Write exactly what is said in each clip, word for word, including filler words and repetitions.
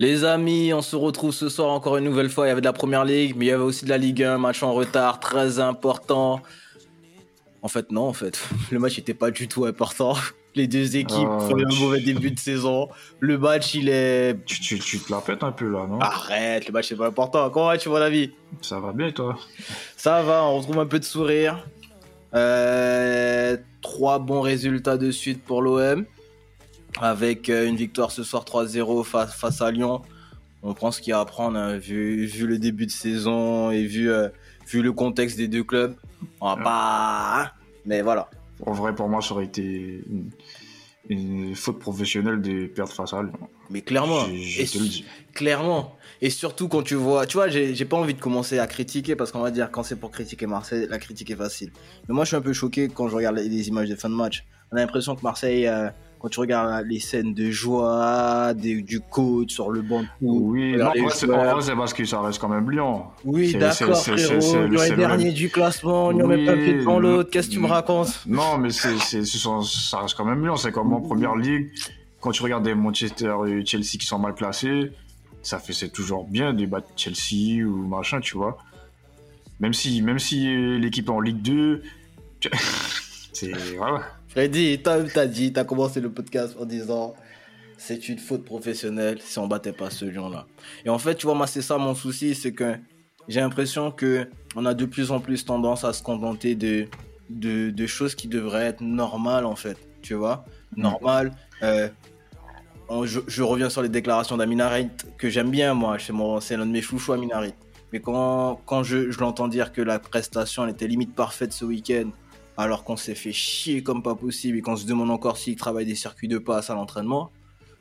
Les amis, on se retrouve ce soir encore une nouvelle fois. Il y avait de la Première Ligue, mais il y avait aussi de la Ligue un, match en retard, très important. En fait, non, en fait, le match n'était pas du tout important. Les deux équipes Euh, font un tu- mauvais début de saison. Le match, il est... Tu, tu, tu te la pètes un peu là, non? Arrête, le match, c'est pas important. Comment vas-tu, mon ami? Ça va bien, toi? Ça va, on retrouve un peu de sourire. Euh, trois bons résultats de suite pour l'O M. Avec euh, une victoire ce soir trois zéro face, face à Lyon. On prend ce qu'il y a à prendre, hein, vu, vu le début de saison et vu, euh, vu le contexte des deux clubs. On va Ouais. pas... hein, mais voilà. En vrai, pour moi, ça aurait été une, une faute professionnelle de perdre face à Lyon. Mais clairement. Je, je Et te le su- dis. Clairement. Et surtout quand tu vois... Tu vois, j'ai, j'ai pas envie de commencer à critiquer parce qu'on va dire quand c'est pour critiquer Marseille, la critique est facile. Mais moi, je suis un peu choqué quand je regarde les, les images de fin de match. On a l'impression que Marseille... euh, quand tu regardes les scènes de joie, des- du coach sur le banc de touche, Oui, non, regarde en les vrai, c'est, joueurs. en vrai, c'est parce que ça reste quand même Lyon. Oui, C'est- d'accord, c'est- c'est- frérot. c'est- Lyon c'est est le dernier même. du classement. Lyon met pas un pied devant Oui, l'autre. Qu'est-ce que tu me racontes? Non, mais c'est, c'est, ce sont- ça reste quand même Lyon. C'est comme en première ligue. Quand tu regardes des Manchester et Chelsea qui sont mal classés, ça fait, c'est toujours bien de battre Chelsea ou machin, tu vois. Même si, même si euh, l'équipe est en Ligue deux, tu- c'est, voilà. Freddy, toi-même t'as dit, t'as commencé le podcast en disant c'est une faute professionnelle si on battait pas ce Lyon-là. Et en fait, tu vois, moi, c'est ça mon souci, c'est que j'ai l'impression que on a de plus en plus tendance à se contenter de, de, de choses qui devraient être normales, en fait. Tu vois, normales. Euh, on- je, je reviens sur les déclarations d'Amin Harit, que j'aime bien, moi. C'est, mon, c'est l'un de mes chouchous, Amin Harit. Mais quand, quand je, je l'entends dire que la prestation elle était limite parfaite ce week-end, alors qu'on s'est fait chier comme pas possible et qu'on se demande encore s'il travaille des circuits de passe à l'entraînement,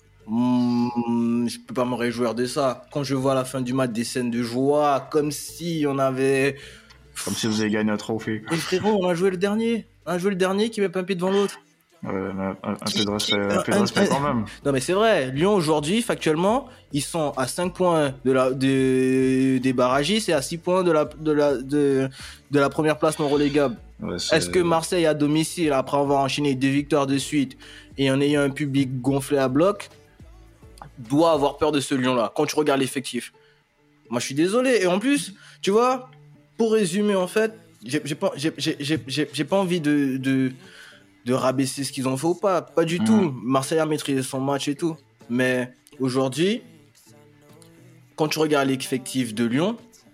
hmm, je peux pas me réjouir de ça. Quand je vois à la fin du match des scènes de joie, comme si on avait... Comme si vous avez gagné un trophée. Mais frérot, on a joué le dernier. On a joué le dernier qui met pas un pied devant l'autre. Euh, un, un- un peu de respect, Un- un peu de un- respect quand même. Non mais c'est vrai, Lyon aujourd'hui, factuellement, ils sont à cinq points de la, de, des barragistes et à six points de la, de, la, de, de la première place non relégable. Ouais, c'est- Est-ce que Marseille à domicile, après avoir enchaîné deux victoires de suite et en ayant un public gonflé à bloc, doit avoir peur de ce Lyon-là quand tu regardes l'effectif? Moi je suis désolé. Et en plus, tu vois, pour résumer en fait, j'ai, j'ai, pas, j'ai, j'ai, j'ai, j'ai- j'ai pas envie de... de de rabaisser ce qu'ils ont fait ou pas, pas du Mm. tout. Marseille a maîtrisé son match et tout. Mais aujourd'hui, quand tu regardes l'effectif de Lyon,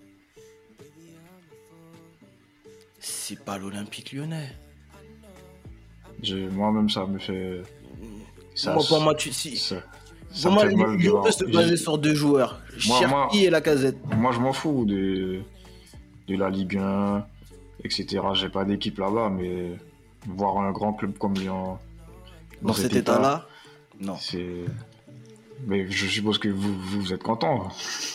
c'est pas l'Olympique Lyonnais. je- moi-même, ça me fait. Ça, moi, pour moi, tu, si, ça, ça pour me moi, fait mal de Lyon voir. peut se baser J'ai- sur deux joueurs, Moi- Cherki moi- et Lacazette. Moi, je m'en fous de, de la Ligue un, et cetera. J'ai pas d'équipe là-bas, mais voir un grand club comme Lyon Dans cet état-là, non. c'est. Mais je suppose que vous, vous, vous êtes content.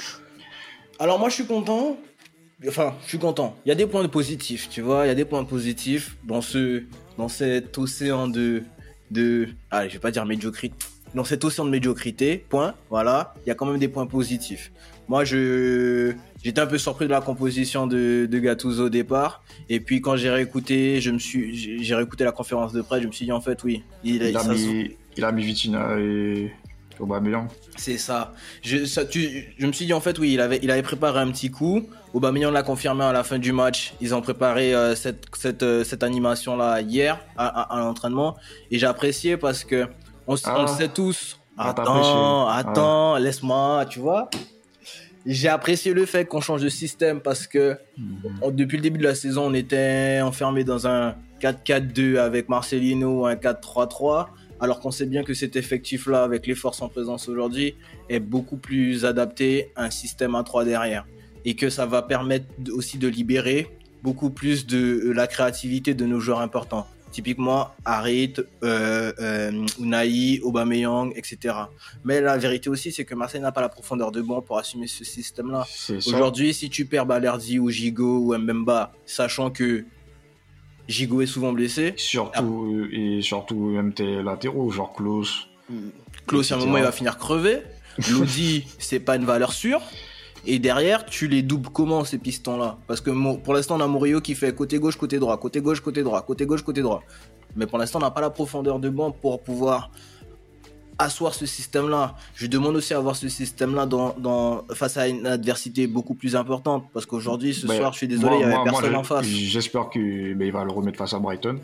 Alors moi je suis content. Enfin, je suis content. Il y a des points positifs, tu vois. Il y a des points positifs dans ce, dans cet océan de, de, allez, je vais pas dire médiocrité. Dans cet océan de médiocrité, point. Voilà. Il y a quand même des points positifs. Moi, je, j'étais un peu surpris de la composition de, de Gattuso au départ. Et puis quand j'ai réécouté, je me suis, j'ai, j'ai réécouté la conférence de presse, je me suis dit en fait, oui, il, Il a, ça se- mis, il a mis Vitinha et Aubameyang. c'est ça. Je, ça tu, je me suis dit en fait oui, il avait, il avait préparé un petit coup. Aubameyang l'a confirmé à la fin du match. Ils ont préparé euh, cette, cette, euh, cette animation là hier à, à, à l'entraînement et j'ai apprécié parce que on, s- Ah. on le sait tous. Ah, t'as Attends, apprécié. attends, laisse-moi, tu vois. J'ai apprécié le fait qu'on change de système parce que on- depuis le début de la saison, on était enfermé dans un quatre quatre deux avec Marcelino ou un quatre trois trois, alors qu'on sait bien que cet effectif-là, avec les forces en présence aujourd'hui, est beaucoup plus adapté à un système à trois derrière. Et que ça va permettre de- aussi de libérer beaucoup plus de euh, la créativité de nos joueurs importants. Typiquement, Harit, euh, euh, Unai, Aubameyang, et cetera. Mais la vérité aussi, c'est que Marseille n'a pas la profondeur de banc pour assumer ce système-là. C'est ça. Aujourd'hui, si tu perds Balerdi ou Gigot ou Mbemba, sachant que Gigot est souvent blessé, Surtout, euh, et surtout même tes latéraux, genre Klaus. Klaus, à un et cetera. moment, il va finir crevé. Lodi, c'est pas une valeur sûre. Et derrière, tu les doubles comment ces pistons-là? Parce que Mo- pour l'instant, on a Murillo qui fait côté gauche, côté droit, côté gauche, côté droit, côté gauche, côté droit. Mais pour l'instant, on n'a pas la profondeur de banc pour pouvoir asseoir ce système-là. Je demande aussi à avoir ce système-là dans, dans, face à une adversité beaucoup plus importante. Parce qu'aujourd'hui, ce Bah, soir, je suis désolé, il moi, n'y avait moi, personne moi, en face. j'espère qu'il bah, va le remettre face à Brighton.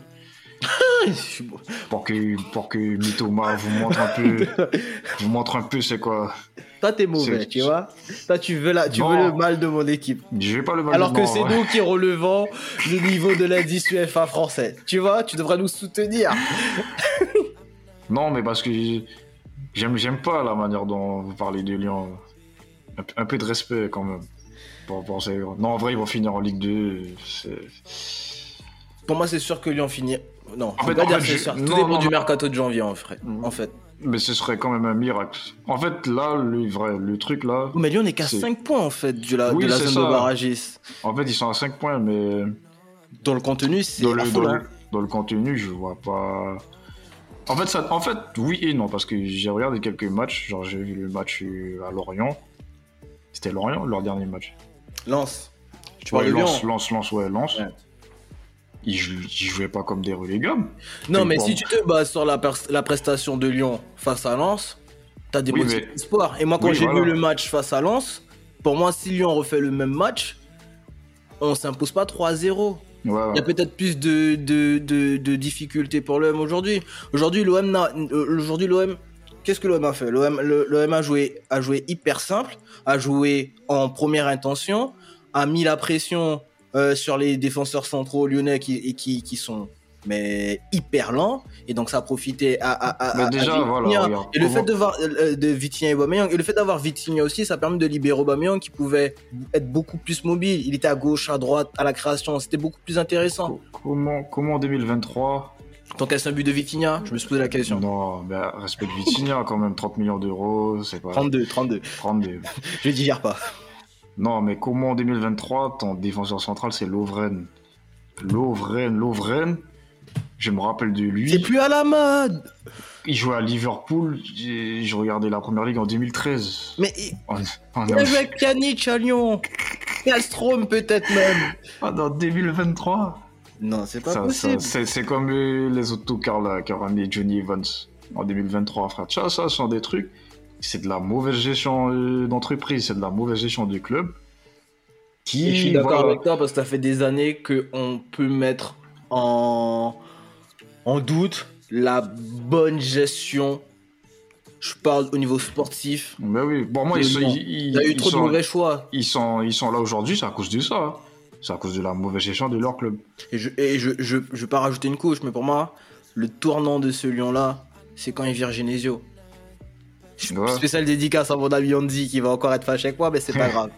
pour que pour que Mitoma vous montre un peu vous montre un peu c'est quoi. Toi t'es mauvais, c'est... tu vois. Toi tu veux la, tu non, veux le mal de mon équipe. Je vais pas le mal. Alors de... que non, c'est ouais. nous qui relevons le niveau de l'indice U E F A français. Tu vois, tu devrais nous soutenir. Non, mais parce que j'aime j'aime pas la manière dont vous parlez de Lyon. Un, un peu de respect quand même. Pour, pour ces... Non, en vrai ils vont finir en Ligue deux. C'est... Pour moi c'est sûr que Lyon finit. Non, en je fait, pas en dire fait, c'est je... sûr. non, Tout dépend non, du non. mercato de janvier en fait. Mmh. En fait. Mais ce serait quand même un miracle. En fait, là, le vrai, le truc là. Mais Lyon n'est qu'à c'est... cinq points en fait de la, oui, de la c'est zone ça. de barragiste. En fait, ils sont à cinq points, mais. Dans le contenu, c'est dans le, affolant. dans, le, dans le contenu, je vois pas. En fait, ça, en fait, oui et non, parce que j'ai regardé quelques matchs. Genre, j'ai vu le match à Lorient. C'était Lorient, leur dernier match. Lens. Tu ouais, parles de Lens, Lyon. Lens, Lens, ouais, Lens. Ouais. Ils, ils jouaient pas comme des relégables. Non, Et mais bon. si tu te bases sur la, pers- la prestation de Lyon face à Lens, t'as des Oui, motifs mais- d'espoir. Et moi, quand Oui, j'ai voilà. vu le match face à Lens, pour moi, si Lyon refait le même match, on s'impose pas trois à zéro. Ouais, ouais. Il y a peut-être plus de, de, de, de difficultés pour l'O M aujourd'hui. Aujourd'hui, l'O M, n'a- euh, aujourd'hui, l'O M, qu'est-ce que l'O M a fait? L'O M, le- l'O M a joué, a joué hyper simple, a joué en première intention, a mis la pression euh, sur les défenseurs centraux lyonnais qui, et qui, qui sont mais hyper lents, et donc ça a profité à, à, à, Mais à déjà, Vitinha. voilà, regarde, Et le comment- fait de voir euh, de Vitinha et Aubameyang, et le fait d'avoir Vitinha aussi, ça permet de libérer Aubameyang qui pouvait être beaucoup plus mobile. Il était à gauche, à droite, à la création, c'était beaucoup plus intéressant. Co- Comment, comment en deux mille vingt-trois Tant qu'est-ce un but de Vitinha? Je me suis posé la question. Non, bah, respecte Vitinha quand même, trente millions d'euros, c'est pas. trente-deux, trente-deux. trente-deux. Je digère pas. Non, mais comment en deux mille vingt-trois, ton défenseur central, c'est Lovren. Lovren, Lovren, je me rappelle de lui. C'est plus à la mode. Il jouait à Liverpool, j'ai- je regardais la première ligue en deux mille treize. Mais il, En, en- il a joué avec Pjanic à Lyon. Kallstrom peut-être même. Ah, dans deux mille vingt-trois. Non, c'est pas Ça- possible. ça- c'est, c'est comme euh, les autres tocards là, qui ont ramené Johnny Evans en deux mille vingt-trois, frère. Ça, ça sont des trucs. C'est de la mauvaise gestion euh, d'entreprise, c'est de la mauvaise gestion du club. Qui, Et je suis d'accord voilà. avec toi parce que ça fait des années qu'on peut mettre en, en doute la bonne gestion. Je parle au niveau sportif. Ben oui, bon, moi, ils, sont- Non. ils, Il y a eu ils trop sont, de mauvais choix. ils, sont, ils sont là aujourd'hui, c'est à cause de ça. hein. C'est à cause de la mauvaise gestion de leur club. Et je, et je, je, je vais pas rajouter une couche, mais pour moi, le tournant de ce Lion-là, c'est quand il vire Genesio. Ouais. Spécial dédicace à mon ami Andy qui va encore être fâché avec moi, mais c'est pas grave.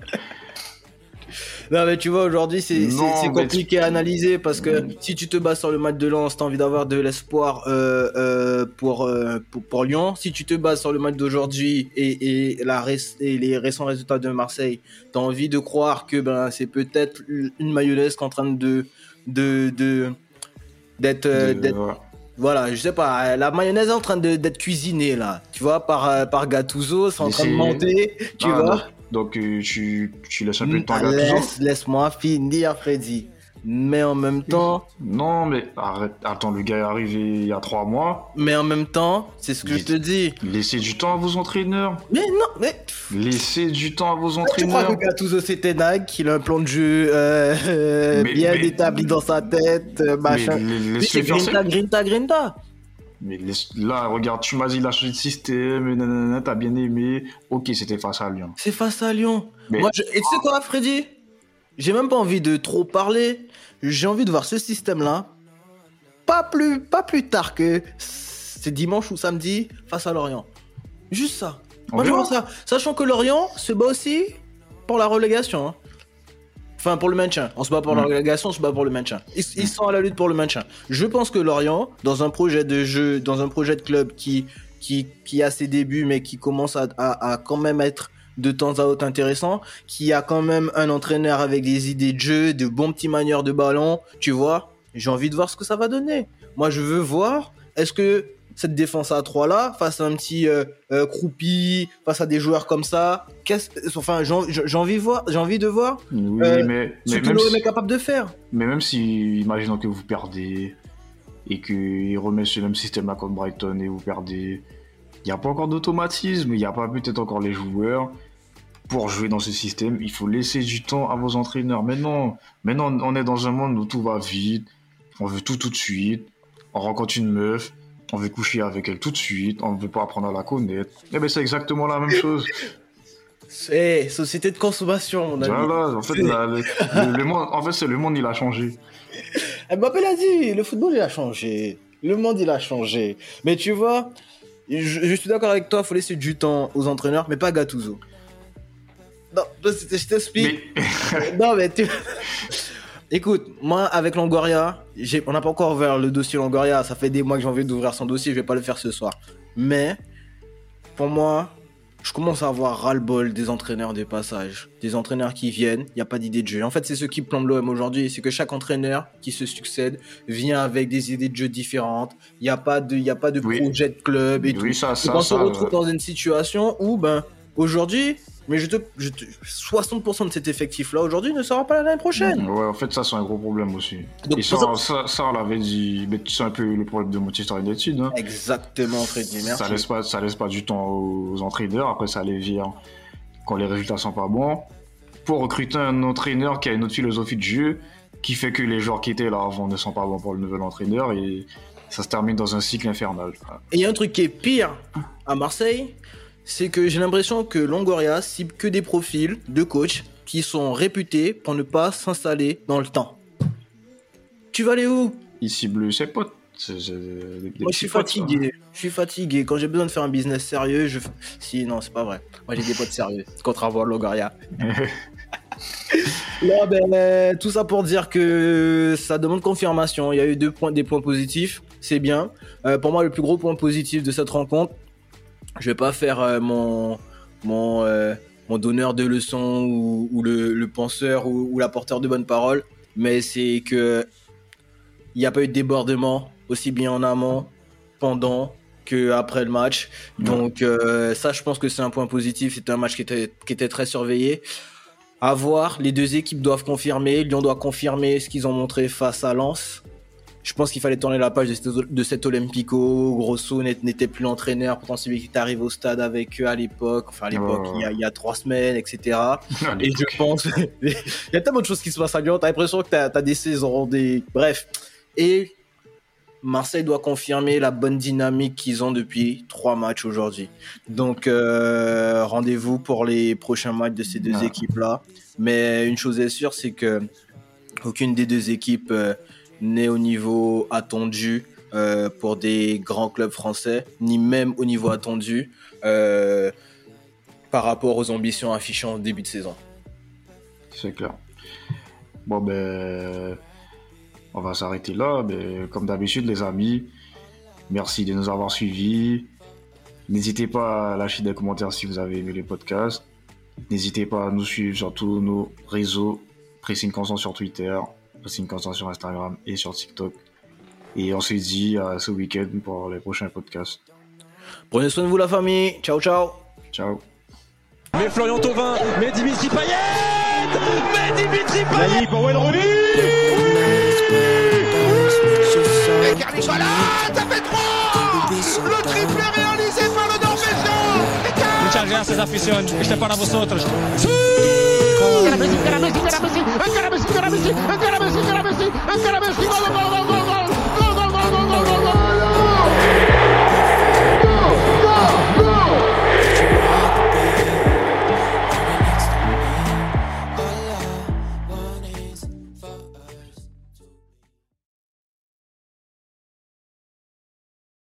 Non, mais tu vois, aujourd'hui, c'est c'est- Non, c'est mais compliqué tu- à analyser parce que si tu te bases sur le match de Lens, t'as envie d'avoir de l'espoir euh, euh, pour, euh, pour, pour Lyon. Si tu te bases sur le match d'aujourd'hui et, et, la ré- et les récents résultats de Marseille, t'as envie de croire que ben, c'est peut-être une mayonnaise qui est en train de. de, de d'être. euh, De- d'être- ouais. Voilà, je sais pas, la mayonnaise est en train de- d'être cuisinée là, tu vois, par, euh, par Gattuso, c'est en Mais train de c'est- monter, tu Ah, vois. Donc, donc, euh, tu, tu laisses un peu de temps à Ah, Gattuso. laisse, laisse-moi finir, Freddy. Mais en même temps, Non, mais arrête. Attends, le gars est arrivé il y a trois mois. mais en même temps, c'est ce que Il- je te dis. Laissez du temps à vos entraîneurs. Mais non, mais Laissez du temps à vos tu crois entraîneurs. que Gattuso c'était Nag, qu'il a un plan de jeu euh, euh, Mais- bien mais- établi dans sa tête, euh, Mais machin. la- Oui, laisse-le c'est faire Grinta, ça. Grinta, Grinta. Mais laisse- là, regarde, tu m'as dit, il a changé de système, nanana, t'as bien aimé. Ok, c'était face à Lyon. C'est face à Lyon. Mais- Moi, je... Et tu sais quoi, Freddy? J'ai même pas envie de trop parler. J'ai envie de voir ce système-là. Pas plus, pas plus tard que c'est dimanche ou samedi face à Lorient. Juste ça. On Moi, je verra. vois ça. Sachant que Lorient se bat aussi pour la relégation. hein. Enfin, pour le maintien. On se bat pour la Mm. relégation, on se bat pour le maintien. Ils, ils sont à la lutte pour le maintien. Je pense que Lorient, dans un projet de jeu, dans un projet de club qui, qui, qui a ses débuts, mais qui commence à, à, à quand même être de temps à autre intéressant, qui a quand même un entraîneur avec des idées de jeu, de bons petits manieurs de ballon, tu vois, j'ai envie de voir ce que ça va donner. Moi, je veux voir, est-ce que cette défense à trois là, face à un petit euh, euh, croupi, face à des joueurs comme ça, qu'est-ce, enfin, j'ai, envie- j'ai envie de voir, j'ai envie de voir Oui, Euh, mais, ce mais, que même l'O M si, est capable de faire. mais même si, imaginons que vous perdez et qu'ils remettent ce même système là contre Brighton et vous perdez, Il n'y a pas encore d'automatisme, il n'y a pas peut-être encore les joueurs pour jouer dans ce système. Il faut laisser du temps à vos entraîneurs. Maintenant, maintenant on est dans un monde où tout va vite, on veut tout tout de suite, on rencontre une meuf, on veut coucher avec elle tout de suite, on ne veut pas apprendre à la connaître. Eh ben c'est exactement la même chose. C'est société de consommation, mon ami. Voilà, en fait, la, le, le, le monde, en fait, c'est le monde, il a changé. Mbappé l'a dit, le football, il a changé. Le monde, il a changé. Mais tu vois, je, je suis d'accord avec toi, il faut laisser du temps aux entraîneurs, mais pas Gattuso. Non, je t'explique. Mais... non, mais tu... Écoute, moi, avec Longoria, j'ai... on n'a pas encore ouvert le dossier Longoria. Ça fait des mois que j'ai envie d'ouvrir son dossier, je vais pas le faire ce soir. Mais, pour moi... je commence à avoir ras-le-bol des entraîneurs des passages, des entraîneurs qui viennent, il n'y a pas d'idée de jeu. En fait, c'est ce qui plombe l'O M aujourd'hui, c'est que chaque entraîneur qui se succède vient avec des idées de jeu différentes, il n'y a pas de, il y a pas de oui. projet de club et oui, tout. Ça, ça, Donc on ça, se retrouve euh... dans une situation où, ben, aujourd'hui, mais je te, je te, soixante pour cent de cet effectif-là aujourd'hui ne sera pas là l'année prochaine. Ouais, en fait, ça, c'est un gros problème aussi. Donc, et ça, ça... ça, ça, on l'avait dit, mais c'est un peu le problème de Manchester United. Hein. Exactement, Freddy, merci. Ça laisse pas, ça laisse pas du temps aux entraîneurs, après ça les vire quand les résultats sont pas bons. Pour recruter un entraîneur qui a une autre philosophie de jeu, qui fait que les joueurs qui étaient là avant ne sont pas bons pour le nouvel entraîneur, et ça se termine dans un cycle infernal. Et il y a un truc qui est pire à Marseille, c'est que j'ai l'impression que Longoria cible que des profils de coachs qui sont réputés pour ne pas s'installer dans le temps. Tu vas aller où ? Il cible ses potes. C'est, c'est des, des Moi, je suis fatigué. Potes, je suis fatigué. Quand j'ai besoin de faire un business sérieux, je... Si, non, c'est pas vrai. Moi, j'ai des potes sérieux. Contrairement à Longoria. Là, ben, tout ça pour dire que ça demande confirmation. Il y a eu deux points, des points positifs. C'est bien. Euh, pour moi, le plus gros point positif de cette rencontre, je vais pas faire euh, mon mon euh, mon donneur de leçons ou, ou le, le penseur ou, ou l'apporteur de bonnes paroles, mais c'est que il n'y a pas eu de débordement aussi bien en amont, pendant que après le match. Donc euh, ça, je pense que c'est un point positif. C'était un match qui était qui était très surveillé. À voir, les deux équipes doivent confirmer. Lyon doit confirmer ce qu'ils ont montré face à Lens. Je pense qu'il fallait tourner la page de cet Olympico. Grosso n'était plus l'entraîneur. Pourtant, c'est lui qui est arrivé au stade avec eux à l'époque. Enfin, à l'époque, oh. il, y a, il y a trois semaines, et cetera. Et je pense... il y a tellement de choses qui se passent à Lyon. T'as l'impression que t'as, t'as des saisons, des... Bref. Et Marseille doit confirmer la bonne dynamique qu'ils ont depuis trois matchs aujourd'hui. Donc, euh, rendez-vous pour les prochains matchs de ces deux ah. équipes-là. Mais une chose est sûre, c'est que aucune des deux équipes... Euh, n'est au niveau attendu euh, pour des grands clubs français, ni même au niveau attendu euh, par rapport aux ambitions affichées en début de saison. C'est clair. Bon, ben, on va s'arrêter là. Ben, comme d'habitude, les amis, merci de nous avoir suivis. N'hésitez pas à lâcher des commentaires si vous avez aimé les podcasts. N'hésitez pas à nous suivre sur tous nos réseaux. Pressing Constant sur Twitter. Pressing Constant sur Instagram et sur TikTok. Et on se dit à ce week-end pour les prochains podcasts. Prenez soin de vous la famille. Ciao, ciao. Ciao. Mais Florian Thauvin, mais Dimitri Payet, mais Dimitri Payet. Nani pour Wayne Rooney. Et Carly Sola, ça fait trois. Le triplé réalisé par le Norvégien. Muchas gracias, afición. Este es para vosotros. Encara Messi, encara Messi, encara Messi, encara Messi, encara Messi, encara Messi, encara Messi, encara Messi, gol, gol, gol.